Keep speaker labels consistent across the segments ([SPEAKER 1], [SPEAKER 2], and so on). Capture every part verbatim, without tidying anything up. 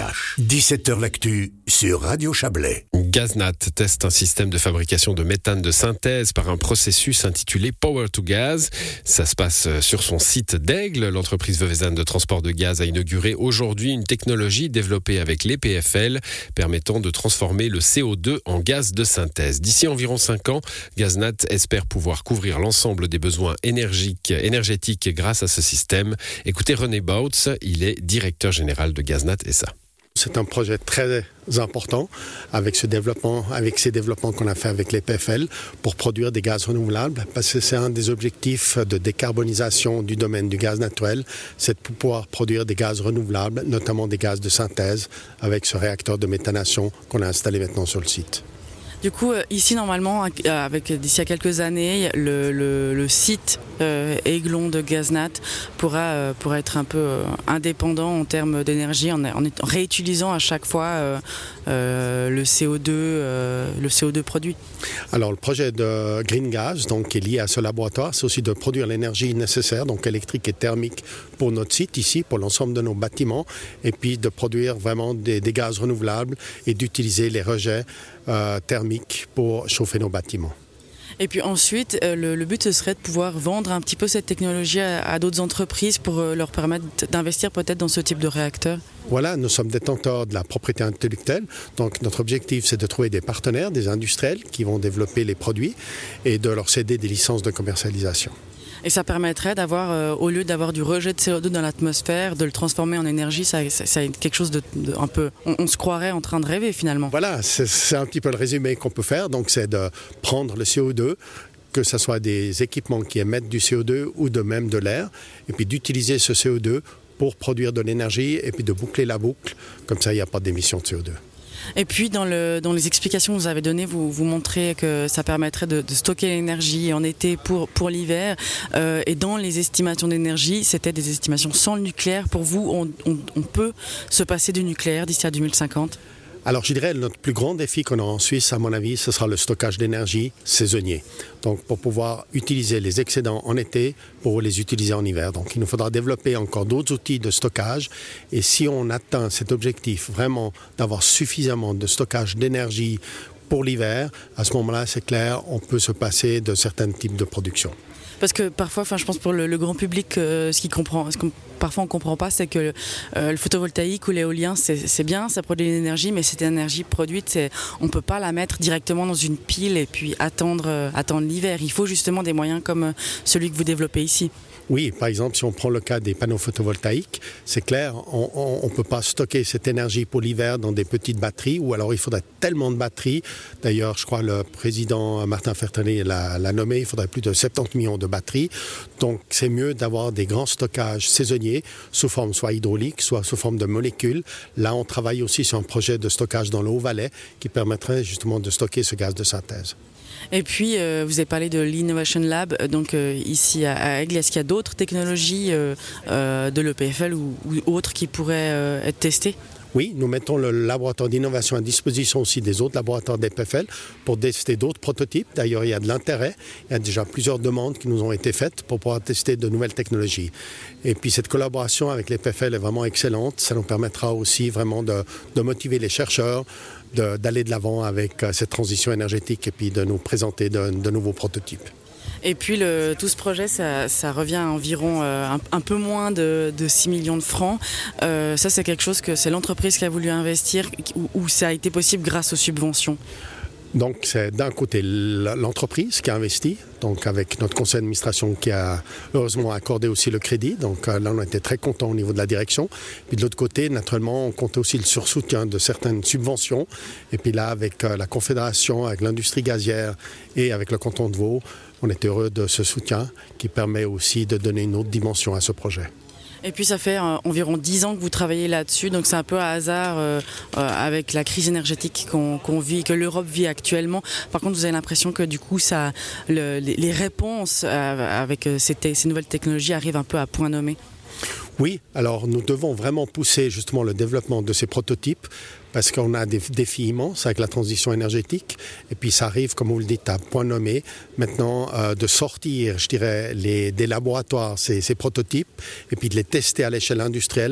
[SPEAKER 1] H. dix-sept heures l'actu sur Radio Chablais.
[SPEAKER 2] GazNat teste un système de fabrication de méthane de synthèse par un processus intitulé Power to Gas. Ça se passe sur son site d'Aigle. L'entreprise veuvezane de transport de gaz a inauguré aujourd'hui une technologie développée avec l'E P F L permettant de transformer le C O deux en gaz de synthèse. D'ici environ cinq ans, GazNat espère pouvoir couvrir l'ensemble des besoins énergétiques grâce à ce système. Écoutez René Bautz, il est directeur général de GazNat S A.
[SPEAKER 3] C'est un projet très important avec ce développement, avec ces développements qu'on a fait avec l'E P F L pour produire des gaz renouvelables, parce que c'est un des objectifs de décarbonisation du domaine du gaz naturel, c'est de pouvoir produire des gaz renouvelables, notamment des gaz de synthèse, avec ce réacteur de méthanation qu'on a installé maintenant sur le site.
[SPEAKER 4] Du coup, ici, normalement, avec d'ici à quelques années, le, le, le site euh, Aiglon de GazNat pourra, euh, pourra être un peu euh, indépendant en termes d'énergie, en, en, en réutilisant à chaque fois euh, euh, le C O deux, euh, le C O deux produit.
[SPEAKER 3] Alors, le projet de Green Gas, donc, qui est lié à ce laboratoire, c'est aussi de produire l'énergie nécessaire, donc électrique et thermique, pour notre site ici, pour l'ensemble de nos bâtiments, et puis de produire vraiment des, des gaz renouvelables et d'utiliser les rejets euh, thermiques pour chauffer nos bâtiments.
[SPEAKER 4] Et puis ensuite, euh, le, le but ce serait de pouvoir vendre un petit peu cette technologie à, à d'autres entreprises pour euh, leur permettre d'investir peut-être dans ce type de réacteur.
[SPEAKER 3] Voilà, nous sommes détenteurs de la propriété intellectuelle, donc notre objectif c'est de trouver des partenaires, des industriels qui vont développer les produits et de leur céder des licences de commercialisation.
[SPEAKER 4] Et ça permettrait d'avoir, euh, au lieu d'avoir du rejet de C O deux dans l'atmosphère, de le transformer en énergie, ça, ça, ça quelque chose de, de un peu... On, on se croirait en train de rêver finalement.
[SPEAKER 3] Voilà, c'est, c'est un petit peu le résumé qu'on peut faire, donc c'est de prendre le C O deux, que ce soit des équipements qui émettent du C O deux ou de même de l'air, et puis d'utiliser ce C O deux pour produire de l'énergie et puis de boucler la boucle, comme ça il n'y a pas d'émission de C O deux.
[SPEAKER 4] Et puis dans, le, dans les explications que vous avez données, vous, vous montrez que ça permettrait de, de stocker l'énergie en été pour, pour l'hiver. Euh, et dans les estimations d'énergie, c'était des estimations sans le nucléaire. Pour vous, on, on, on peut se passer du nucléaire d'ici à deux mille cinquante ?
[SPEAKER 3] Alors je dirais notre plus grand défi qu'on aura en Suisse, à mon avis, ce sera le stockage d'énergie saisonnier. Donc pour pouvoir utiliser les excédents en été pour les utiliser en hiver. Donc il nous faudra développer encore d'autres outils de stockage. Et si on atteint cet objectif vraiment d'avoir suffisamment de stockage d'énergie pour l'hiver, à ce moment-là, c'est clair, on peut se passer de certains types de production.
[SPEAKER 4] Parce que parfois, enfin, je pense pour le, le grand public, euh, ce qui comprend, ce qu'on, parfois on ne comprend pas, c'est que euh, le photovoltaïque ou l'éolien, c'est, c'est bien, ça produit de l'énergie, mais cette énergie produite, c'est, on ne peut pas la mettre directement dans une pile et puis attendre, euh, attendre l'hiver. Il faut justement des moyens comme euh, celui que vous développez ici.
[SPEAKER 3] Oui, par exemple, si on prend le cas des panneaux photovoltaïques, c'est clair, on ne peut pas stocker cette énergie pour l'hiver dans des petites batteries, ou alors il faudrait tellement de batteries. D'ailleurs, je crois que le président Martin Fertani l'a, l'a nommé, il faudrait plus de soixante-dix millions de batteries. Donc, c'est mieux d'avoir des grands stockages saisonniers, sous forme soit hydraulique, soit sous forme de molécules. Là, on travaille aussi sur un projet de stockage dans le Haut-Valais qui permettrait justement de stocker ce gaz de synthèse.
[SPEAKER 4] Et puis, euh, vous avez parlé de l'Innovation Lab, donc euh, ici à, à Aigle. Est-ce qu'il y a d'autres technologies euh, euh, de l'E P F L ou, ou autres qui pourraient euh, être testées ?
[SPEAKER 3] Oui, nous mettons le laboratoire d'innovation à disposition aussi des autres laboratoires d'E P F L pour tester d'autres prototypes. D'ailleurs, il y a de l'intérêt. Il y a déjà plusieurs demandes qui nous ont été faites pour pouvoir tester de nouvelles technologies. Et puis, cette collaboration avec l'E P F L est vraiment excellente. Ça nous permettra aussi vraiment de, de motiver les chercheurs, de, d'aller de l'avant avec cette transition énergétique et puis de nous présenter de, de nouveaux prototypes.
[SPEAKER 4] Et puis le, tout ce projet, ça, ça revient à environ euh, un, un peu moins de, de six millions de francs. Euh, ça, c'est quelque chose que c'est l'entreprise qui a voulu investir ou, ou ça a été possible grâce aux subventions ?
[SPEAKER 3] Donc, c'est d'un côté l'entreprise qui a investi, donc avec notre conseil d'administration qui a heureusement accordé aussi le crédit. Donc là, on a été très contents au niveau de la direction. Puis de l'autre côté, naturellement, on comptait aussi le sursoutien de certaines subventions. Et puis là, avec la Confédération, avec l'industrie gazière et avec le canton de Vaud, on est heureux de ce soutien qui permet aussi de donner une autre dimension à ce projet.
[SPEAKER 4] Et puis ça fait euh, environ dix ans que vous travaillez là-dessus, donc c'est un peu à hasard euh, euh, avec la crise énergétique qu'on, qu'on vit, que l'Europe vit actuellement. Par contre, vous avez l'impression que du coup, ça, le, les, les réponses euh, avec ces, te- ces nouvelles technologies arrivent un peu à point nommé.
[SPEAKER 3] Oui, alors nous devons vraiment pousser justement le développement de ces prototypes parce qu'on a des défis immenses avec la transition énergétique et puis ça arrive, comme vous le dites, à point nommé maintenant euh, de sortir, je dirais, les, des laboratoires, ces, ces prototypes et puis de les tester à l'échelle industrielle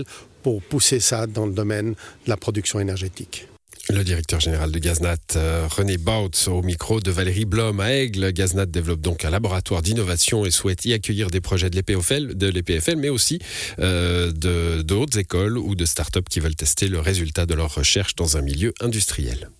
[SPEAKER 3] pour pousser ça dans le domaine de la production énergétique.
[SPEAKER 2] Le directeur général de Gaznat, euh, René Bautz, au micro de Valérie Blom à Aigle. Gaznat développe donc un laboratoire d'innovation et souhaite y accueillir des projets de l'E P F L, de l'E P F L mais aussi euh, de, de hautes écoles ou de start-up qui veulent tester le résultat de leurs recherches dans un milieu industriel.